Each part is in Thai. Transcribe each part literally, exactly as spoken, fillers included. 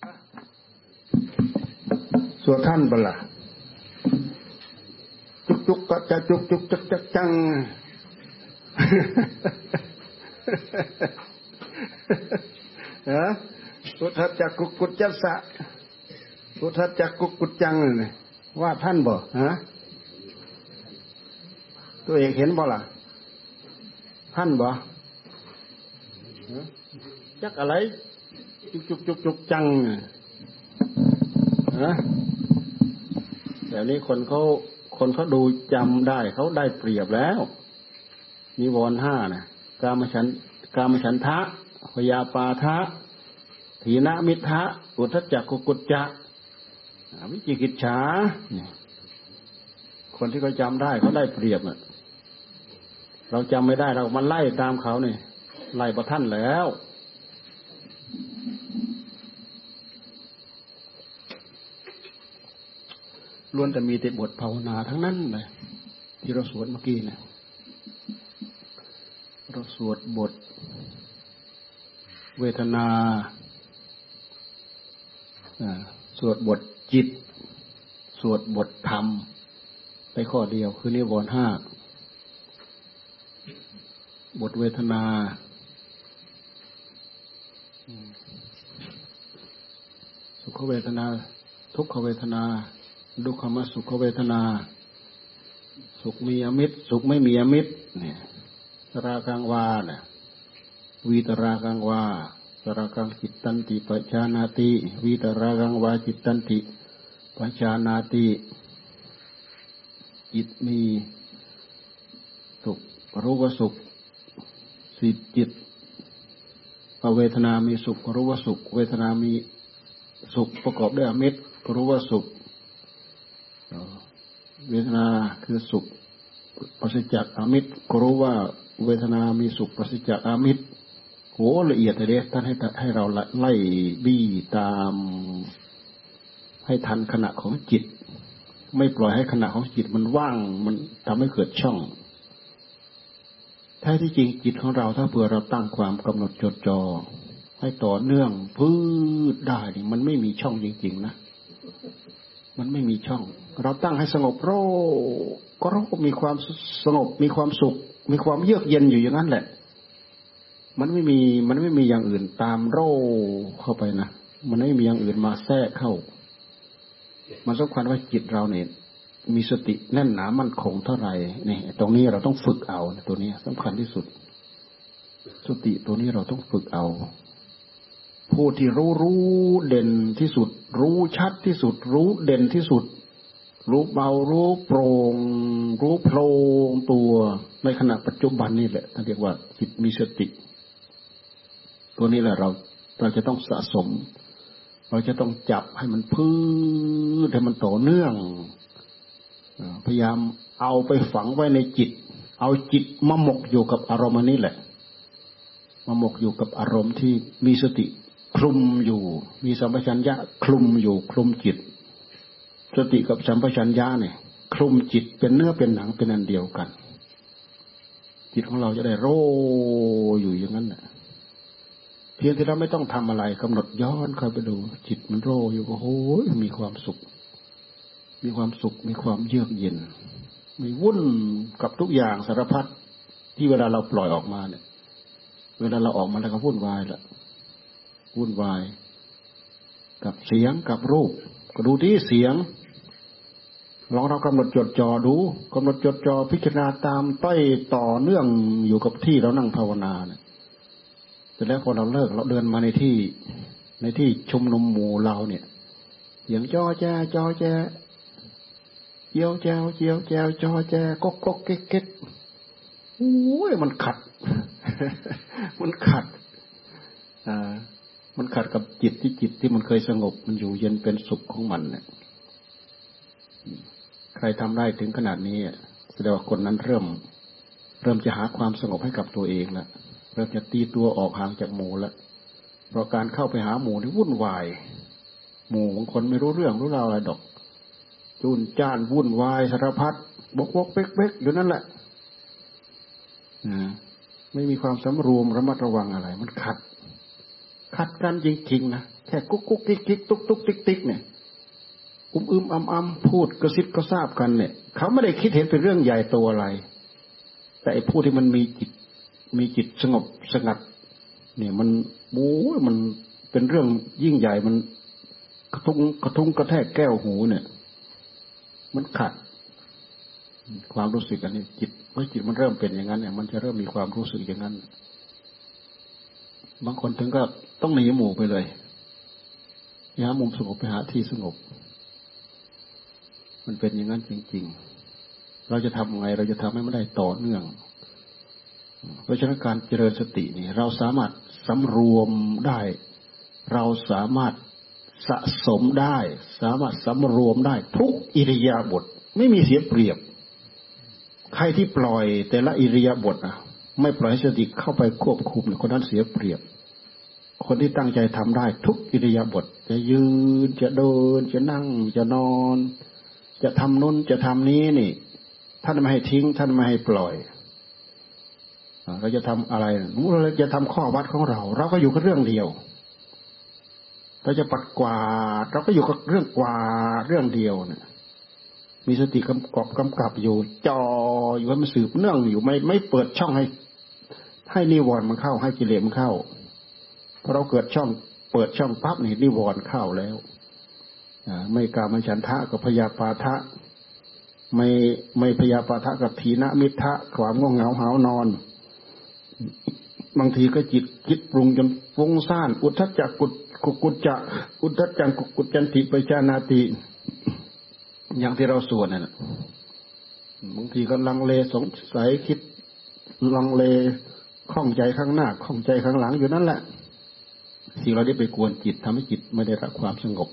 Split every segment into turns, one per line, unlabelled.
สวดท่านบ่ล่ะจุกจุกก็จะจุกจุกจักจักจังฮะพุทธจักกุกุจจัสสะพุทธจักกุกุจจังนี่ว่าท่านบ่ฮะตัวเองเห็นบ่ล่ะท่านบ่จักอะไรจุกจุกจุกจุกจังฮะแต่นี้คนเขาคนเขาดูจำได้เขาได้เปรียบแล้วนิวรณ์ห้านะกามฉันกามฉันทะพยาปาทะถีนมิทธะอุทธัจจกุกุจจะวิจิกิจฉาคนที่เขาจำได้เขาได้เปรียบอ่ะเราจำไม่ได้เรามาไล่ตามเขาเนี่ยไล่ประท่านแล้วล้วนแต่มีแต่บทภาวนาทั้งนั้นเลยที่เราสวดเมื่อกี้เนี่ยเราสวดบทเวทนาสวดบทจิตสวดบทธรรมไปข้อเดียวคือนิวรณ์ห้าบทเวทนาสุขเวทนาทุกขเวทนาดุขมสุขเวทนาสุขมีอมิตรสุขไม่มีอมิตรเนี่ยสรากังวาเนี่ยวีตรากังวาสรากังจิตตันติปัจจานาติวีตรากังวาจิตตันติปัจจานาติจิตมีสุขรู้ว่าสุขสิจิตเวทนามีสุขรู้ว่าสุขเวทนามีสุขประกอบด้วยอมิตรรู้ว่าสุขเวทนาคือสุขปราศจากอามิตรก็รู้ว่าเวทนามีสุขปราศจากอามิตรโหละเอียดเลยท่านให้ให้เราไล่บี้ตามให้ทันขณะของจิตไม่ปล่อยให้ขณะของจิตมันว่างมันทำให้เกิดช่องแท้ที่จริงจิตของเราถ้าเผื่อเราตั้งความกำหนดจดจ่อให้ต่อเนื่องพืชได้นี่มันไม่มีช่องจริงๆนะมันไม่มีช่องเราตั้งให้สงบโรก็โรมีความสงบมีความสุขมีความเยือกเย็นอยู่อย่างนั้นแหละมันไม่มีมันไม่มีอย่างอื่นตามโรเข้าไปนะมันไม่มีอย่างอื่นมาแทรกเข้ามันสำคัญว่าจิตเราเนี่ยมีสติแน่นหนามั่นคงเท่าไหร่นี่ตรงนี้เราต้องฝึกเอาตัวนี้สำคัญที่สุดสติตัวนี้เราต้องฝึกเอาผู้ที่รู้รู้เด่นที่สุดรู้ชัดที่สุดรู้เด่นที่สุดรู้เบารู้โปร่งรู้โพลงตัวในขณะปัจจุบันนี่แหละท่านเรียกว่าจิตมีสติตัวนี้แหละเราเราจะต้องสะสมเราจะต้องจับให้มันพื้นให้มันต่อเนื่องพยายามเอาไปฝังไว้ในจิตเอาจิตมาหมกอยู่กับอารมณ์นี้แหละมาหมกอยู่กับอารมณ์ที่มีสติคลุมอยู่มีสัมปชัญญะคลุมอยู่คลุมจิตสติกับสัมปชัญญะเนี่ยคลุมจิตเป็นเนื้อเป็นหนังเป็นอันเดียวกันจิตของเราจะได้โรอยู่อย่างนั้นแหละเพียงที่เราไม่ต้องทำอะไรกำหนดย้อนเข้าไปดูจิตมันโรอยู่ก็โอ้ยมีความสุขมีความสุขมีความเยือกเย็นมีวุ่นกับทุกอย่างสารพัดที่เวลาเราปล่อยออกมาเนี่ยเวลาเราออกมาแล้วก็วุ่นวายละวุ่นวายกับเสียงกับรูปก็ดูที่เสียงลองเรากำหนดจดจ่อดูกำหนดจดจ่อพิจารณาตามต้อยต่อเนื่องอยู่กับที่เรานั่งภาวนาเนี่ยเสร็จแล้วพอเราเลิกเราเดินมาในที่ในที่ชุมนุมหมู่เราเนี่ยเสียงจ้อแจ้จ้อแจ้เจียวแจวเจียวแจวจ้อแจ้ก๊กก๊กเก๊กเก๊กโอ้ยมันขัดมันขัดอ่ามันขัดกับจิตที่จิตที่มันเคยสงบมันอยู่เย็นเป็นสุขของมันเนี่ยใครทำได้ถึงขนาดนี้แสดงว่าคนนั้นเริ่มเริ่มจะหาความสงบให้กับตัวเองแล้วเริ่มจะตีตัวออกห่างจากหมู่แล้วเพราะการเข้าไปหาหมู่นี่วุ่นวายหมู่บางคนไม่รู้เรื่องรู้ราวอะไรดอกจุนจ้านวุ่นวายสารพัดบกบกเป๊กเป๊กอยู่นั่นแหละไม่มีความสำรวมระมัดระวังอะไรมันขัดขัดกันจริงๆนะแค่กุ๊กกุ๊กกิ๊กกิ๊กตุ๊กตุ๊กติ๊กติ๊กเนี่ยอุ้มอึมอ้ำอ้ำพูดกระซิบกระซาบกันเนี่ยเขาไม่ได้คิดเห็นเป็นเรื่องใหญ่โตอะไรแต่ไอ้ผู้ที่มันมีจิตมีจิตสงบสงัดเนี่ยมันโอ้ยมันเป็นเรื่องยิ่งใหญ่มันกระทุ้งกระทุ้งกระแทกแก้วหูเนี่ยมันขัดความรู้สึกอันนี้จิตเมื่อจิตมันเริ่มเป็นอย่างนั้นเนี่ยมันจะเริ่มมีความรู้สึกอย่างนั้นบางคนถึงก็ต้องหนีหมู่ไปเลยหามุมสงบไปหาที่สงบมันเป็นอย่างนั้นจริงๆเราจะทำไงเราจะทำให้มันได้ต่อเนื่องเพราะฉะนั้นการเจริญสตินี่เราสามารถสำรวมได้เราสามารถสะสมได้สามารถสำรวมได้ทุกอิริยาบถไม่มีเสียเปรียบใครที่ปล่อยแต่ละอิริยาบถอ่ะไม่ปล่อยให้สติเข้าไปควบคุมคนนั้นเสียเปรียบคนที่ตั้งใจทำได้ทุกอิริยาบถจะยืนจะเดินจะนั่งจะนอนจะทำนู้นจะทำนี้นี่ท่านไม่ให้ทิ้งท่านไม่ให้ปล่อยเราจะทำอะไรเราจะทำข้อวัดของเราเราก็อยู่กับเรื่องเดียวเราจะปัดกวาดเราก็อยู่กับเรื่องกวาดเรื่องเดียวเนี่ยมีสติกำกับกำกับอยู่จ่ออยู่ให้มันสืบเนื่องอยู่ไม่ไม่เปิดช่องให้ให้นิวรณ์มันเข้าให้กิเลสมันเข้าพอเราเกิดช่องเปิดช่องปั๊บนี่นิวรณ์เข้าแล้วไม่กามฉันทะกับพยาปาทะไม่ไม่พยาปาทะกับทีนะมิทะความง่วงเหงาหาวนอนบางทีก็จิตคิดปรุงจนฟุ้งซ่านอุทธัจจกุฏกุกุจจะอุทธัจจังกุกุจจันติปจานาติอย่างที่เราสวดนั่นแหละบางทีก็ลังเลสงสัยคิดลังเลข้องใจข้างหน้าข้องใจข้างหลังอยู่นั่นแหละสิ่งเราได้ไปกวนจิตทำให้จิตไม่ได้รับความสงบ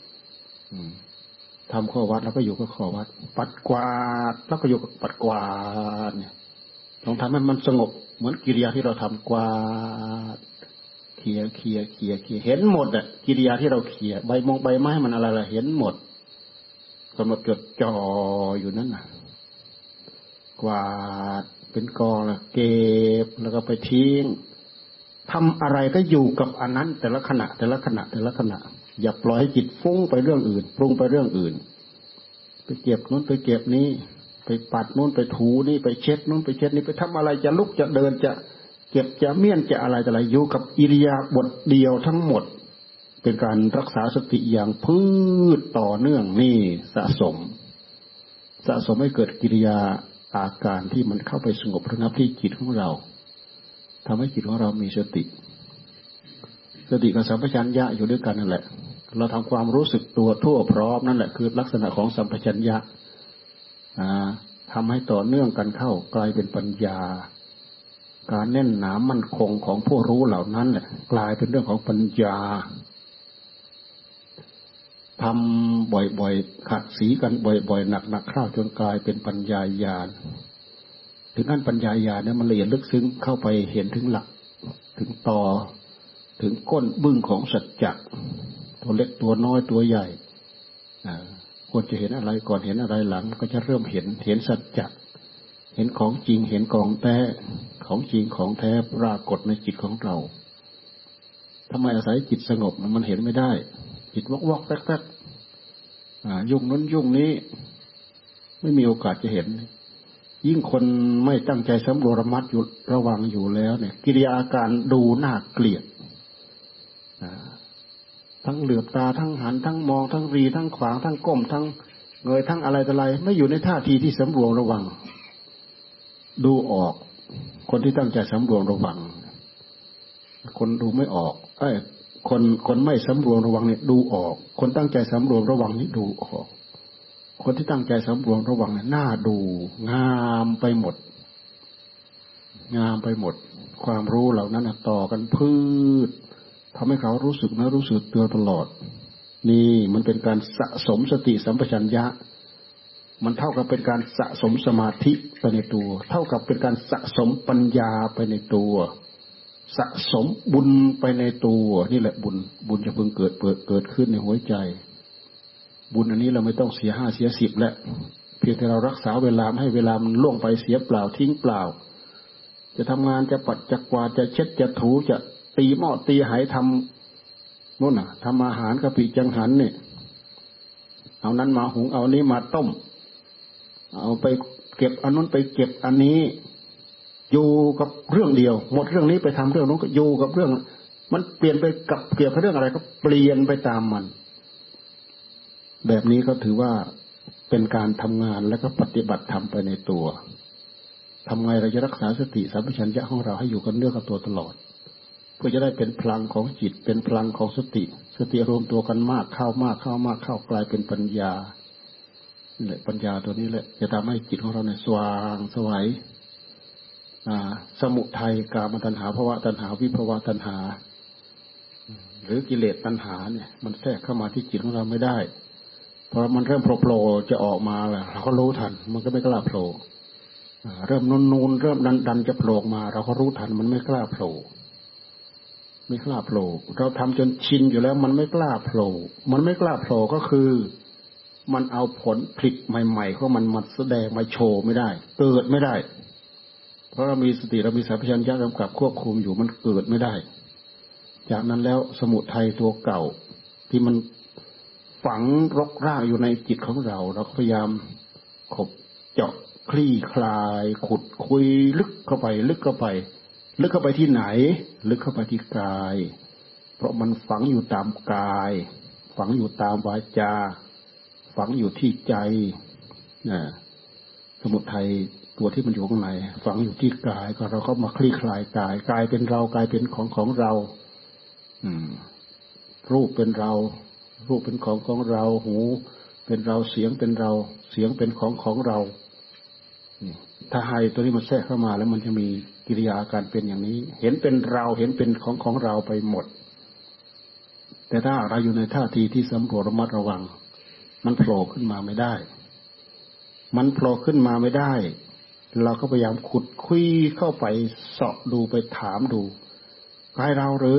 ทำข้อวัดแล้วก็อยู่กับข้อวัดปัดกวาดแล้วก็อยู่กับปัดกวาดเนี่ยต้องทำให้มันสงบเหมือนกิริยาที่เราทำกวาดเขี่ยเขี่ยเขี่ยเขี่ยเห็นหมดอ่ะกิริยาที่เราเขี่ยใบมงใบไม้มันอะไรล่ะเห็นหมดกำหนดจดจ่ออยู่นั่นน่ะกวาดเป็นกองแล้วเก็บแล้วก็ไปทิ้งทำอะไรก็อยู่กับอันนั้นแต่ละขณะแต่ละขณะแต่ละขณะอย่าปล่อยให้จิตฟุ้งไปเรื่องอื่นปรุงไปเรื่องอื่นไปเก็บนู้นไปเก็บนี้ไปปัดนู้นไปถูนี่ไปเช็ดนู้นไปเช็ดนี่ไปทำอะไรจะลุกจะเดินจะเก็บจะเมี่ยนจะอะไรอะไรอยู่กับอิริยาบถเดียวทั้งหมดเป็นการรักษาสติอย่างพืชต่อเนื่องนี่สะสมสะสมให้เกิดกิริยาอาการที่มันเข้าไปสงบระงับที่จิตของเราทำให้จิตของเรามีสติสติกับสัมปชัญญะอยู่ด้วยกันนั่นแหละเราทำความรู้สึกตัวทั่วพร้อมนั่นแหละคือลักษณะของสัมปชัญญะทำให้ต่อเนื่องกันเข้ากลายเป็นปัญญาการแน่นหนามั่นคงของผู้รู้เหล่านั้นแหละกลายเป็นเรื่องของปัญญาทำบ่อยๆขัดสีกันบ่อยๆหนักๆเข้าจนกลายเป็นปัญญาญาณถึงขั้นปัญญาญาณเนี่ยมันละเอียดลึกซึ้งเข้าไปเห็นถึงหลักถึงตอถึงก้นบึ้งของสัจจะตัวเล็กตัวน้อยตัวใหญ่ควรจะเห็นอะไรก่อนเห็นอะไรหลังก็จะเริ่มเห็นเห็นสัจจะเห็นของจริงเห็นของแท้ของจริงของแท้ปรากฏในจิตของเราทำไมอาศัยจิตสงบมันเห็นไม่ได้จิตวอกวอกแป๊กๆยุ่งนั้นยุ่งนี้ไม่มีโอกาสจะเห็นยิ่งคนไม่ตั้งใจสำรวมระมัดอยู่ระวังอยู่แล้วเนี่ยกิริยาอาการดูน่าเกลียดทั้งเหลือบตาทั้งหันทั้งมองทั้งรีทั้งขวางทั้งก้มทั้งเงยทั้งอะไรต่ออะไรไม่อยู่ในท่าทีที่สำรวมระวังดูออกคนที่ตั้งใจสำรวมระวังคนดูไม่ออกเอ้ยคนคนไม่สำรวมระวังเนี่ยดูออกคนตั้งใจสำรวมระวังนี่ดูออกคนที่ตั้งใจสำรวมระวังเนี่ยน่าดูงามไปหมดงามไปหมดความรู้เหล่านั้นต่อกันพืชทำให้เขารู้สึกนะรู้สึกตัวตลอดนี่มันเป็นการสะสมสติสัมปชัญญะมันเท่ากับเป็นการสะสมสมาธิไปในตัวเท่ากับเป็นการสะสมปัญญาไปในตัวสะสมบุญไปในตัวนี่แหละบุญบุญจะเพิ่งเกิดเปิดเกิดขึ้นในหัวใจบุญอันนี้เราไม่ต้องเสียห้าเสียสิบแล้วเพียงแต่เรารักษาเวลาไม่ให้เวลามันล่วงไปเสียเปล่าทิ้งเปล่าจะทำงานจะปัดจะกวาดจะเช็ดจะถูจะตีหม้อตีไหทนู่นน่ะทำอาหารกะปิจังหันเนี่ยเอานั้นมาหุงเอานี้มาต้มเอาไปเก็บอันนู้นไปเก็บอันนี้อยู่กับเรื่องเดียวหมดเรื่องนี้ไปทำเรื่องนู้นก็อยู่กับเรื่องมันเปลี่ยนไปกับเกี่ยวกับเรื่องอะไรก็เปลี่ยนไปตามมันแบบนี้ก็ถือว่าเป็นการทำงานแล้วก็ปฏิบัติธรรมไปในตัวทำไงเราจะรักษาสติสัมปชัญญะของเราให้อยู่กับเนื้อกับตัวตลอดเพื่อจะได้เป็นพลังของจิตเป็นพลังของสติสติรวมตัวกันมากเข้ามากเข้ามากเข้ากลายเป็นปัญญานี่แหละปัญญาตัวนี้แหละจะทำให้จิตของเราเนี่ยสว่างไสวสมุทัยกามตัณหาภวตัณหาวิภวตัณหาหรือกิเลสตัณหาเนี่ยมันแทรกเข้ามาที่จิตของเราไม่ได้พอมันเริ่มโผล่จะออกมาแล้วเราก็รู้ทันมันก็ไม่กล้าโผล่เริ่มนูนๆเริ่มดันๆจะโผล่มาเราก็รู้ทันมันไม่กล้าโผล่ไม่กล้าโผล่เราทำจนชินอยู่แล้วมันไม่กล้าโผล่มันไม่กล้าโผล่ก็คือมันเอาผลผลิตใหม่ๆของมันมาแสดงมาโชว์ไม่ได้เกิดไม่ได้เพราะเรามีสติเรามีสัมปชัญญะกำกับควบคุมอยู่มันเกิดไม่ได้จากนั้นแล้วสมุทัยตัวเก่าที่มันฝังรกรากอยู่ในจิตของเราเราพยายามขบเจาะคลี่คลายขุดคุยลึกเข้าไปลึกเข้าไปลึกเข้าไปที่ไหนลึกเข้าไปที่กายเพราะมันฝังอยู่ตามกายฝังอยู่ตามวาจาฝังอยู่ที่ใจนะสมุทัยตัวที่มันอยู่ข้างในฝังอยู่ที่กายก็เราก็มาคลี่คลายกายกายเป็นเรากายเป็นของของเราอืมรูปเป็นเรารูปเป็นของของเราหูเป็นเราเสียงเป็นเราเสียงเป็นของของเราถ้าให้ตัวนี้มันแทรกเข้ามาแล้วมันจะมีกิริยาการเป็นอย่างนี้เห็นเป็นเราเห็นเป็นของของเราไปหมดแต่ถ้าเราอยู่ในท่าทีที่สำรวจระมัดระวังมันโผล่ขึ้นมาไม่ได้มันโผล่ขึ้นมาไม่ได้เราก็พยายามขุดคุยเข้าไปเสาะดูไปถามดูกายเราหรื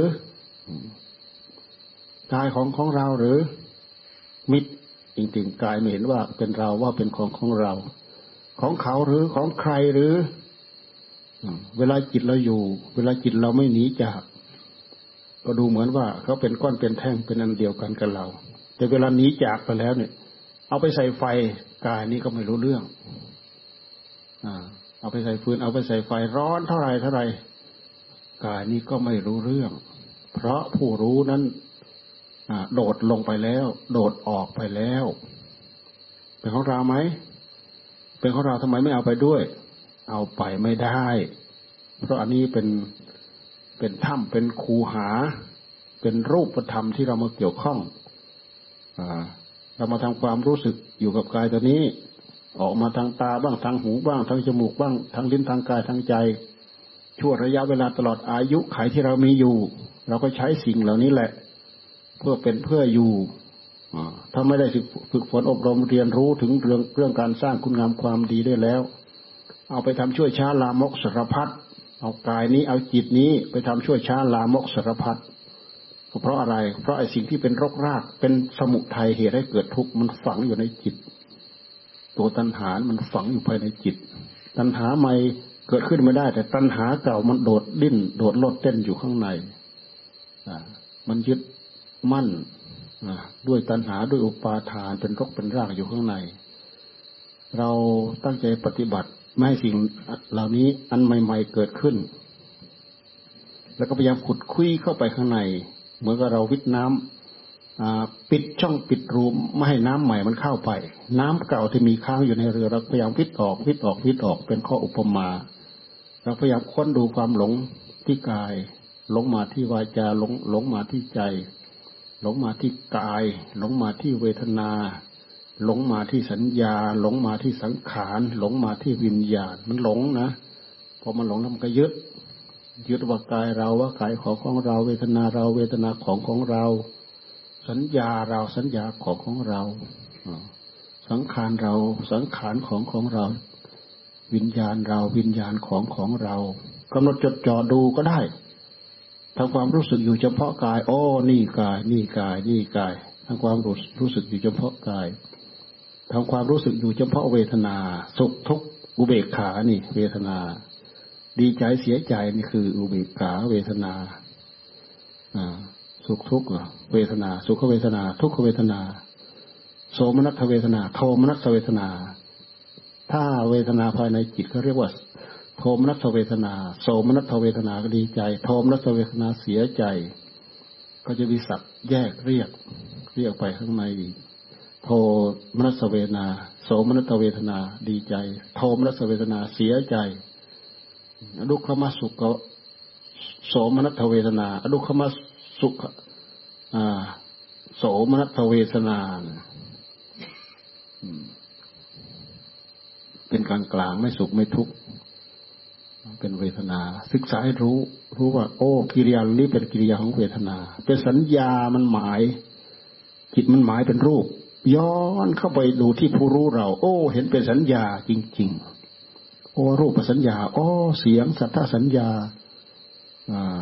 อกายของของเราหรือมิตรจริงๆกายไม่เห็นว่าเป็นเราว่าเป็นของของเราของเขาหรือของใครหรือเวลาจิตเราอยู่เวลาจิตเราไม่หนีจากก็ดูเหมือนว่าเขาเป็นก้อนเป็นแท่งเป็นอันเดียวกันกับเราแต่เวลาหนีจากไปแล้วเนี่ยเอาไปใส่ไฟกายนี้ก็ไม่รู้เรื่องอ่าเอาไปใส่ฟืนเอาไปใส่ไฟร้อนเท่าไรเท่าไรกายนี้ก็ไม่รู้เรื่องเพราะผู้รู้นั้นโดดลงไปแล้วโดดออกไปแล้วเป็นของเราไหมเป็นของเราทำไมไม่เอาไปด้วยเอาไปไม่ได้เพราะอันนี้เป็นเป็นถ้ำเป็นคูหาเป็นรูปธรรมที่เรามาเกี่ยวข้องเรามาทำความรู้สึกอยู่กับกายตัวนี้ออกมาทางตาบ้างทางหูบ้างทางจมูกบ้างทางลิ้นทางกายทางใจชั่วระยะเวลาตลอดอายุขัยที่เรามีอยู่เราก็ใช้สิ่งเหล่านี้แหละเพื่อเป็นเพื่ออยู่ถ้าไม่ได้ฝึกฝนอบรมเรียนรู้ถึงเรื่องเรื่องการสร้างคุณงามความดีได้แล้วเอาไปทำช่วยช้าลามกสารพัดเอากายนี้เอาจิตนี้ไปทำช่วยช้าลามกสารพัดเพราะอะไรเพราะไอ้สิ่งที่เป็นรกรากเป็นสมุทัยเหตุให้เกิดทุกข์มันฝังอยู่ในจิตตัวตัณหามันฝังอยู่ภายในจิตตัณหาใหม่เกิดขึ้นไม่ได้แต่ตัณหาเก่ามันโดดดิ้นโดดโลดเต้นอยู่ข้างในมันยึดมั่นด้วยตัณหาด้วยอุปาทานเป็นรกเป็นรากอยู่ข้างในเราตั้งใจปฏิบัติไม่ให้สิ่งเหล่านี้อันใหม่ๆเกิดขึ้นแล้วก็พยายามขุดคุยเข้าไปข้างในเหมือนกับเราวิทน้ำปิดช่องปิดรูไม่ให้น้ำใหม่มันเข้าไปน้ำเก่าที่มีค้างอยู่ในเรือเราพยายามวิทออกวิทออกวิทออกเป็นข้ออุปมาเราพยายามค้นดูความหลงที่กายหลงมาที่วาจาหลงหลงมาที่ใจหลงมาที่กายหลงมาที่เวทนาหลงมาที่สัญญาหลงมาที่สังขารหลงมาที่วิญญาณมันหลงนะพอมันหลงแล้วมันก็ยึดยึดว่ากายเราว่ากายของของเราเวทนาเราเวทนาของของเราสัญญาเราสัญญาของของเราสังขารเราสังขารของของเราวิญญาณเราวิญญาณของของเรากำหนดจดจ่อดูก็ได้ทำความรู้สึกอยู่เฉพาะกายโอ้นี่กายนี่กายนี่กายทำความรู้รู้สึกอยู่เฉพาะกายทำความรู้สึกอยู่เฉพาะเวทนาสุขทุกข์อุเบกขานี่เวทนาดีใจเสียใจนี่คืออุเบกขาเวทนาสุขทุกข์เวทนาสุขเวทนาทุกขเวทนาโสมนัสเวทนาโทมนัสเวทนาถ้าเวทนาภายในจิตเขาเรียกว่าโทมนัสเวทนาโสมนัสเวทนาก็ดีใจโทมนัสเวทนาเสียใจก็จะมีศัพท์แยกเรียกเรียกไปข้างในโทมนัสเวทนาโสมนัสเวทนาดีใจโทมนัสเวทนาเสียใจอดุขมสุขโสมนัสเวทนาอดุขมสุขโสมนัสเวทนาเป็นกลางกลางไม่สุขไม่ทุกข์เป็นเวทนาศึกษาให้รู้รู้ว่าโอ้กิริยานี้เป็นกิริยาของเวทนาเป็นสัญญามันหมายจิตมันหมายเป็นรูปย้อนเข้าไปดูที่ผู้รู้เราโอ้เห็นเป็นสัญญาจริงๆโอ้รูปสัญญาโอ้เสียงสัทธสัญญาอ่า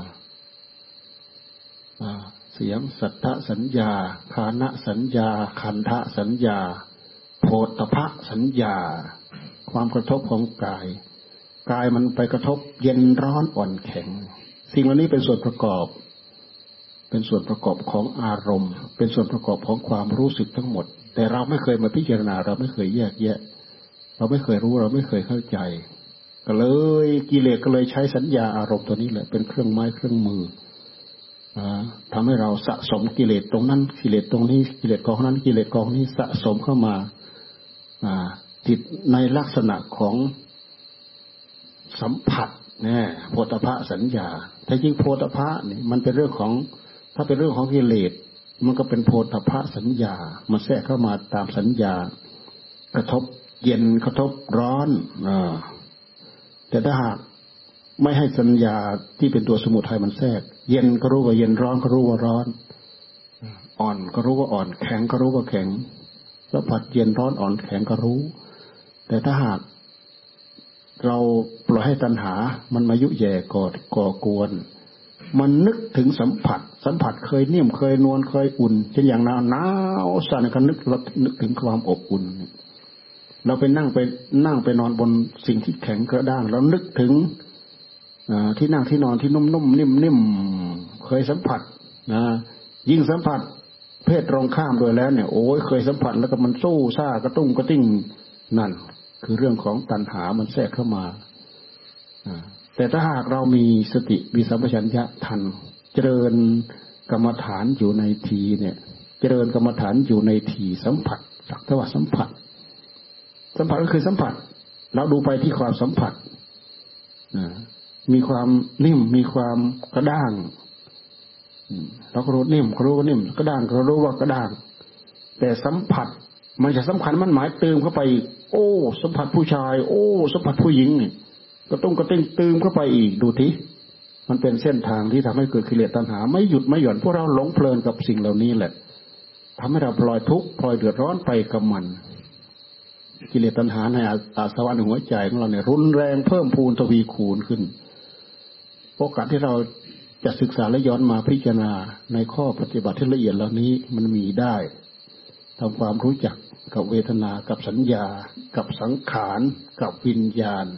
อ่าเสียงสัทธสัญญาฆานะสัญญาขันธสัญญาโผฏฐัพพสัญญาความกระทบของกายกายมันไปกระทบเย็นร้อนอ่อนแข็งสิ่งเหล่านี้เป็นส่วนประกอบเป็นส่วนประกอบของอารมณ์เป็นส่วนประกอบของความรู้สึกทั้งหมดแต่เราไม่เคยมาพิจารณาเราไม่เคยแยกแยะเราไม่เคยรู้เราไม่เคยเข้าใจก็เลยกิเลสก็เลยใช้สัญญาอารมณ์ตัวนี้แหละเป็นเครื่องไม้เครื่องมือทำให้เราสะสมกิเลสตรงนั้นกิเลสตรงนี้กิเลสกองนั้นกิเลสกองนี้สะสมเข้ามาติดในลักษณะของสัมผัสเนี่ยโผฏฐัพพสัญญาแต่จริงโผฏฐัพพะนี่มันเป็นเรื่องของถ้าเป็นเรื่องของกิเลสมันก็เป็นโผฏฐัพพสัญญามันแทรกเข้ามาตามสัญญากระทบเย็นกระทบร้อนอ่าแต่ถ้าหากไม่ให้สัญญาที่เป็นตัวสมุทัยมันแทรกเย็นก็รู้ว่าเย็นร้อนก็รู้ว่าร้อนอ่อนก็รู้ว่าอ่อนแข็งก็รู้ว่าแข็งสัมผัสเย็นร้อนอ่อนแข็งก็รู้แต่ถ้าหากเราปล่อยให้ตัณหามันมายุแย่ก่อก่อกวนมันนึกถึงสัมผัสสัมผัสเคยนิ่มเคยนวลเคยอุ่นเช่นอย่างหนาวหนาวสั่นก็นึกนึกถึงความอบอุ่นเราไปนั่งไปนั่งไปนอนบนสิ่งที่แข็งกระด้างแล้วนึกถึงที่นั่งที่นอนที่นุ่มๆนิ่มๆเคยสัมผัสนะยิ่งสัมผัสเพศตรงข้ามโดยแล้วเนี่ยโอ้ยเคยสัมผัสแล้วก็มันสู้ซ่ากระตุ้งกระติ้งนั่นคือเรื่องของตัณหามันแทรกเข้ามาแต่ถ้าหากเรามีสติมีสัมปชัญญะทันเจริญกรรมฐานอยู่ในทีเนี่ยเจริญกรรมฐานอยู่ในทีสัมผัสสักแต่ว่าสัมผัสสัมผัสก็คือสัมผัสเราดูไปที่ความสัมผัสมีความนิ่มมีความกระด้างเราก็รู้นิ่มก็รู้ว่านิ่มกระด้างก็รู้ว่ากระด้างแต่สัมผัสมันจะสำคัญมันหมายเติมเข้าไปโอ้สัมผัสผู้ชายโอ้สัมผัสผู้หญิงนี่ก็ต้องกระติ้งเติมเข้าไปอีกดูทีมันเป็นเส้นทางที่ทำให้เกิดกิเลสตัณหาไม่หยุดไม่หย่อนพวกเราหลงเพลินกับสิ่งเหล่านี้แหละทำให้เราพลอยทุกข์พลอยเดือดร้อนไปกับมันกิเลสตัณหาในอาสวะในหัวใจของเราเนี่ยรุนแรงเพิ่มพูนทวีคูณขึ้นโอกาสที่เราจะศึกษาและย้อนมาพิจารณาในข้อปฏิบัติที่ละเอียดเหล่านี้มันมีได้ทำความรู้จักกับเวทนากับสัญญากับสังขารกับวิญญาณ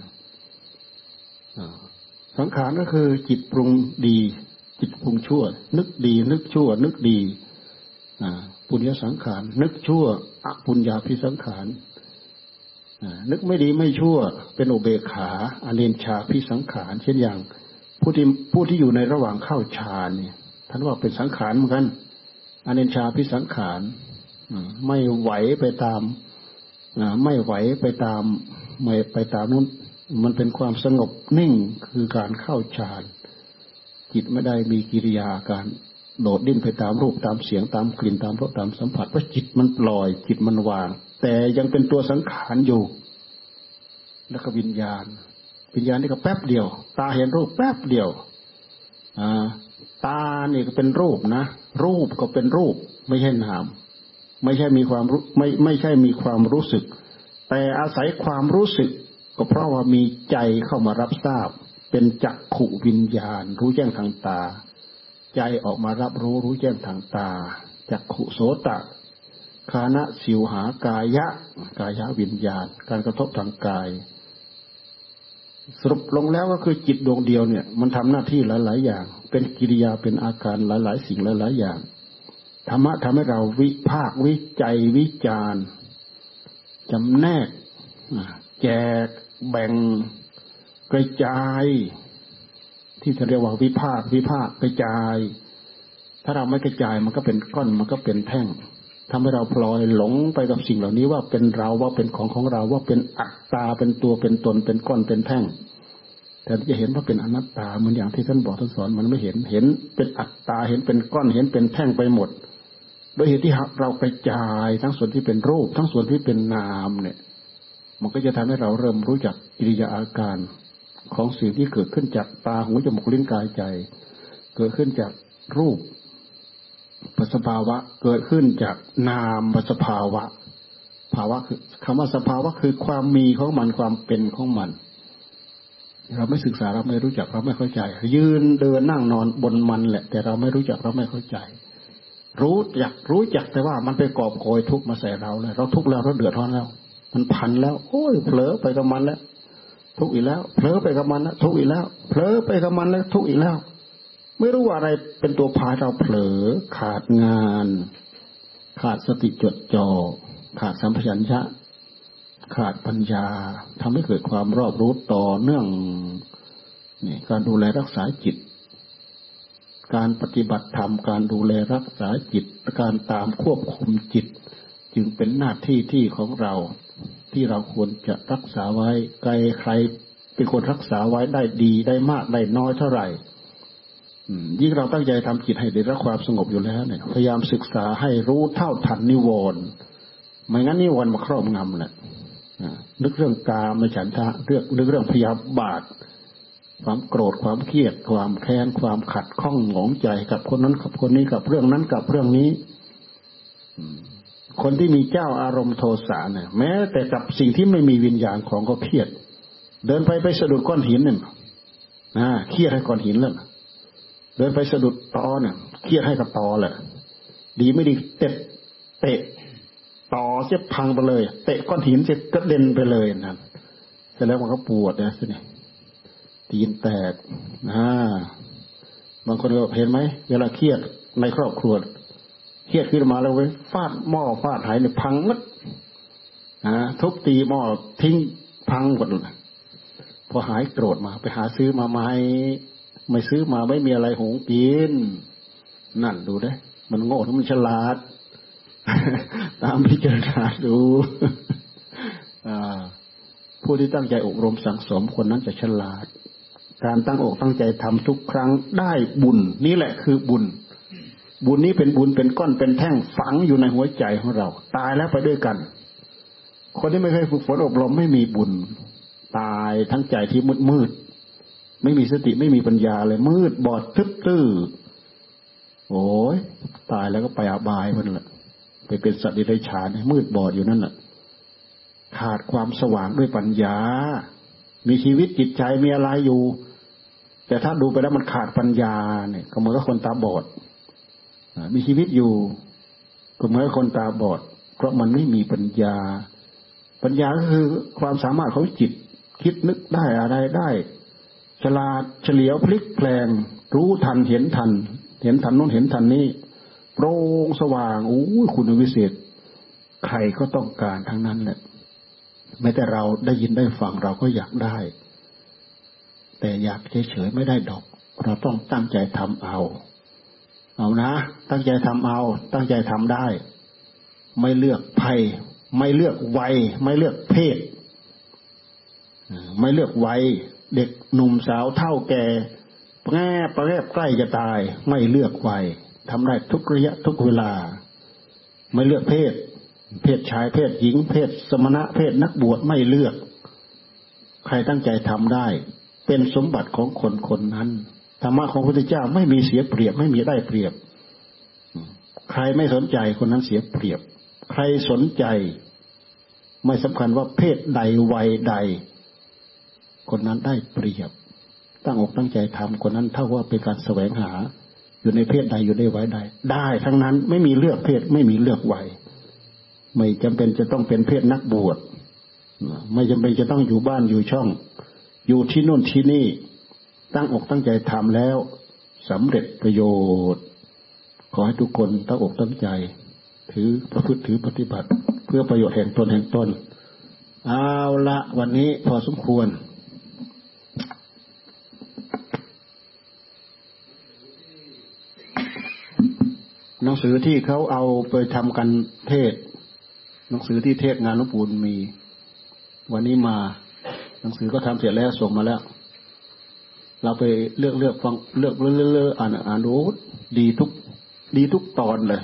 สังขารก็คือจิตปรุงดีจิตปรุงชั่วนึกดีนึกชั่วนึกดีปุญญสังขารนึกชั่วอปุญญาภิสังขารนึกไม่ดีไม่ชั่วเป็นอุเบกขาอเนชชาภิสังขารเช่นอย่างผู้ที่ผู้ที่อยู่ในระหว่างเข้าฌานเนี่ยท่านว่าเป็นสังขารเหมือนกันอเนชชาภิสังขารไม่ไหวไปตามไม่ไหวไปตามไม่ไปตามนู้นมันเป็นความสงบนิ่งคือการเข้าฌานจิตไม่ได้มีกิริยาการโดดดิ้นไปตามรูปตามเสียงตามกลิ่นตามรสตามสัมผัสเพราะจิตมันปล่อยจิตมันวางแต่ยังเป็นตัวสังขารอยู่แล้วก็วิญญาณวิญญาณนี่ก็แป๊บเดียวตาเห็นรูปแป๊บเดียวอ่าตานี่ก็เป็นรูปนะรูปก็เป็นรูปไม่ใช่นามไม่ใช่มีความรู้ไม่ไม่ใช่มีความรู้สึกแต่อาศัยความรู้สึกก็เพราะว่ามีใจเข้ามารับทราบเป็นจักขุวิญญาณรู้แจ้งทางตาใจออกมารับรู้รู้แจ้งทางตาจักขุโสตะคานะสิวหากายะกายะวิญญาณการกระทบทางกายสรุปลงแล้วก็คือจิตดวงเดียวเนี่ยมันทำหน้าที่หลายๆอย่างเป็นกิริยาเป็นอาการหลายๆสิ่งหลายๆอย่างธรรมะทำให้เราวิพากษ์วิจัยวิจารณ์จำแนกแจกแบ่งกระจายที่เรียกว่าวิพากษ์วิพากษ์กระจายถ้าเราไม่กระจายมันก็เป็นก้อนมันก็เป็นแท่งทำให้เราพลอยหลงไปกับสิ่งเหล่านี้ว่าเป็นเราว่าเป็นของของเราว่าเป็นอัตตาเป็นตัวเป็นตนเป็นก้อนเป็นแท่งแต่จะเห็นว่าเป็นอนัตตาเหมือนอย่างที่ท่านบอกท่านสอนมันไม่เห็นเห็นเป็นอัตตาเห็นเป็นก้อนเห็นเป็นแท่งไปหมดโดยเหตุที่เรากระจายทั้งส่วนที่เป็นรูปทั้งส่วนที่เป็นนามเนี่ยมันก็จะทำให้เราเริ่มรู้จักกิริยาอาการของสิ่งที่เกิดขึ้นจากตาหูจมูกลิ้นกายใจเกิดขึ้นจากรูปปัสภาวะเกิดขึ้นจากนามปัสภาวะภาวะคือคำว่าสภาวะคือความมีของมันความเป็นของมันเราไม่ศึกษาเราไม่รู้จักเราไม่เข้าใจยืนเดินนั่งนอนบนมันแหละแต่เราไม่รู้จักเราไม่เข้าใจรู้จักรู้จักแต่ว่ามันไปกอบโกยทุกข์มาใส่เราเลยเราทุกข์แล้วเราเดือดร้อนแล้วมันพันแล้วโอ้ยเผลอไปกับมันแล้วทุกข์อีกแล้วเผลอไปกับมันแล้วทุกข์อีกแล้วเผลอไปกับมันแล้วทุกข์อีกแล้วไม่รู้ว่าอะไรเป็นตัวพาเราเผลอขาดงานขาดสติจดจ่อขาดสัมปชัญญะขาดปัญญาทำให้เกิดความรอบรู้ต่อเนื่องนี่การดูแลรักษาจิตการปฏิบัติธรรมการดูแลรักษาจิตการตามควบคุมจิตจึงเป็นหน้าที่ที่ของเราที่เราควรจะรักษาไว้ใครใครเป็นคนรักษาไว้ได้ดีได้มากได้น้อยเท่าไหร่ยิ่งเราตั้งใจทำจิตให้ได้รับความสงบอยู่แล้วเนี่ยพยายามศึกษาให้รู้เท่าทันนิวรณ์ไม่งั้นนิวรณ์มาครอบงำแหละนึกเรื่องกามฉันทะเรื่องนึกเรื่องพยาบาทความโกรธความเครียดความแค้นความขัดข้องหงองใจกับคนนั้นกับคนนี้กับเรื่องนั้นกับเรื่องนี้คนที่มีเจ้าอารมณ์โทสะเนี่ยแม้แต่กับสิ่งที่ไม่มีวิญญาณของก็เครียดเดินไปไปสะดุดก้อนหินเนี่ยนะเครียดให้ก้อนหินแล้วเดินไปสะดุดตอเนี่ยเครียดให้กับตอแหละดีไม่ดีเตะเตะตอเสียพังไปเลยเตะก้อนหินเสียกระเด็นไปเลยนั่นเสร็จแล้วมันก็ปวดนะสิเนี่ยตีนแตกนะบางคนก็เห็นไหมเวลาเครียดในครอบครัวเครียดขึ้นมาแล้วเว้ยฟาดหม้อฟาดไหเนี่ยพังหมดนะทุบตีหม้อทิ้งพังหมดเลยพอหายโกรธมาไปหาซื้อมาใหม่ไม่ซื้อมาไม่มีอะไรหุงกินนั่นดูได้มันโง่หรือมันฉลาด ตามพิจารณาดูผู้ที่ตั้งใจอบรมสั่งสมคนนั้นจะฉลาดการตั้งอกตั้งใจทำทุกครั้งได้บุญนี่แหละคือบุญบุญนี้เป็นบุญเป็นก้อนเป็นแท่งฝังอยู่ในหัวใจของเราตายแล้วไปด้วยกันคนที่ไม่เคยฝึกฝนอบรมไม่มีบุญตายทั้งใจที่มืดมืดไม่มีสติไม่มีปัญญาเลยมืดบอดทึบตื้อโอ้ยตายแล้วก็ไปอบายมันแหละไปเป็นสัตว์เดรัจฉานมืดบอดอยู่นั่นแหละขาดความสว่างด้วยปัญญามีชีวิตจิตใจมีอะไรอยู่แต่ถ้าดูไปแล้วมันขาดปัญญาเนี่ยก็เหมือนกับคนตาบอดมีชีวิตอยู่ก็เหมือนคนตาบอดเพราะมันไม่มีปัญญาปัญญาก็คือความสามารถของจิตคิดนึกได้อะไรได้ฉลาดเฉลียวพลิกแปลงรู้ทันเห็นทันเห็นทันโน้นเห็นทันนี้โปร่งสว่างโอ้ยคุณวิเศษใครก็ต้องการทั้งนั้นแหละแม้แต่เราได้ยินได้ฟังเราก็อยากได้แต่อยากเฉยๆไม่ได้ดอกเราต้องตั้งใจทำเอาเอานะตั้งใจทำเอาตั้งใจทำได้ไม่เลือกภัยไม่เลือกวัยไม่เลือกเพศไม่เลือกวัยเด็กหนุ่มสาวเฒ่าแก่แง่ประแง่ใกล้จะตายไม่เลือกวัยทำได้ทุกระยะทุกเวลาไม่เลือกเพศเพศชายเพศหญิงเพศสมณะเพศนักบวชไม่เลือกใครตั้งใจทำได้เป็นสมบัติของคนคนนั้นธรรมะของพระพุทธเจ้าไม่มีเสียเปรียบไม่มีได้เปรียบใครไม่สนใจคนนั้นเสียเปรียบใครสนใจไม่สำคัญว่าเพศใดวัยใดคนนั้นได้เปรียบตั้งอกตั้งใจทำคนนั้นเท่าว่าเป็นการแสวงหาอยู่ในเพศใดอยู่ในวัยใดได้ทั้งนั้นไม่มีเลือกเพศไม่มีเลือกวัยไม่จำเป็นจะต้องเป็นเพศนักบวชไม่จำเป็นจะต้องอยู่บ้านอยู่ช่องอยู่ที่นู่นที่นี่ตั้งอกตั้งใจทำแล้วสำเร็จประโยชน์ขอให้ทุกคนตั้งอกตั้งใจถือประพฤติถือปฏิบัติเพื่อประโยชน์แห่งตนแห่งตนเอาละวันนี้พอสมควรหนังสือที่เขาเอาไปทำกันเทศหนังสือที่เทศงานหลวงปู่มีวันนี้มาหนังสือก็ทำเสร็จแล้วส่งมาแล้วเราไปเลือกเลือกฟังเลือกเลือกเลือกอ่านอ่านดูดีทุกดีทุกตอนเลย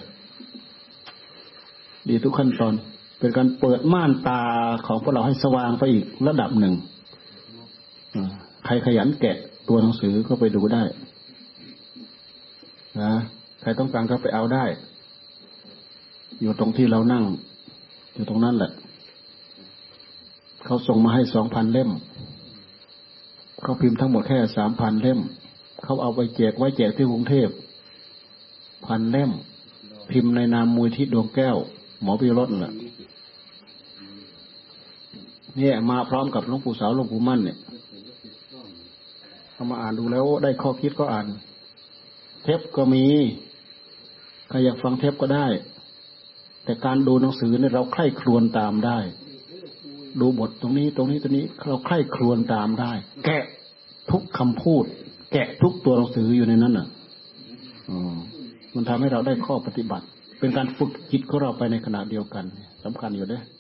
ดีทุกขั้นตอนเป็นการเปิดม่านตาของพวกเราให้สว่างไปอีกระดับหนึ่งใครขยันแกะตัวหนังสือก็ไปดูได้นะใครต้องการก็ไปเอาได้อยู่ตรงที่เรานั่งอยู่ตรงนั้นแหละเขาส่งมาให้สองพันเล่มเขาพิมพ์ทั้งหมดแค่สามพันเล่มเขาเอาไปแจกไว้แจกที่กรุงเทพพันเล่มพิมพ์ในนามมูลที่ดวงแก้วหมอพิรสน่ะเนี่ยมาพร้อมกับหลวงปู่สาวหลวงปู่มั่นเนี่ยเอามาอ่านดูแล้วได้ข้อคิดก็อ่านเทปก็มีใครอยากฟังเทปก็ได้แต่การดูหนังสือเนี่ยเราใคร่ครวญตามได้ดูบทตรงนี้ตรงนี้ตรงนี้เราใคร่ครวญตามได้แกะทุกคำพูดแกะทุกตัวหนังสืออยู่ในนั้นน่ะอืมมันทำให้เราได้ข้อปฏิบัติเป็นการฝึกจิตของเราไปในขณะเดียวกันสำคัญอยู่เด้อ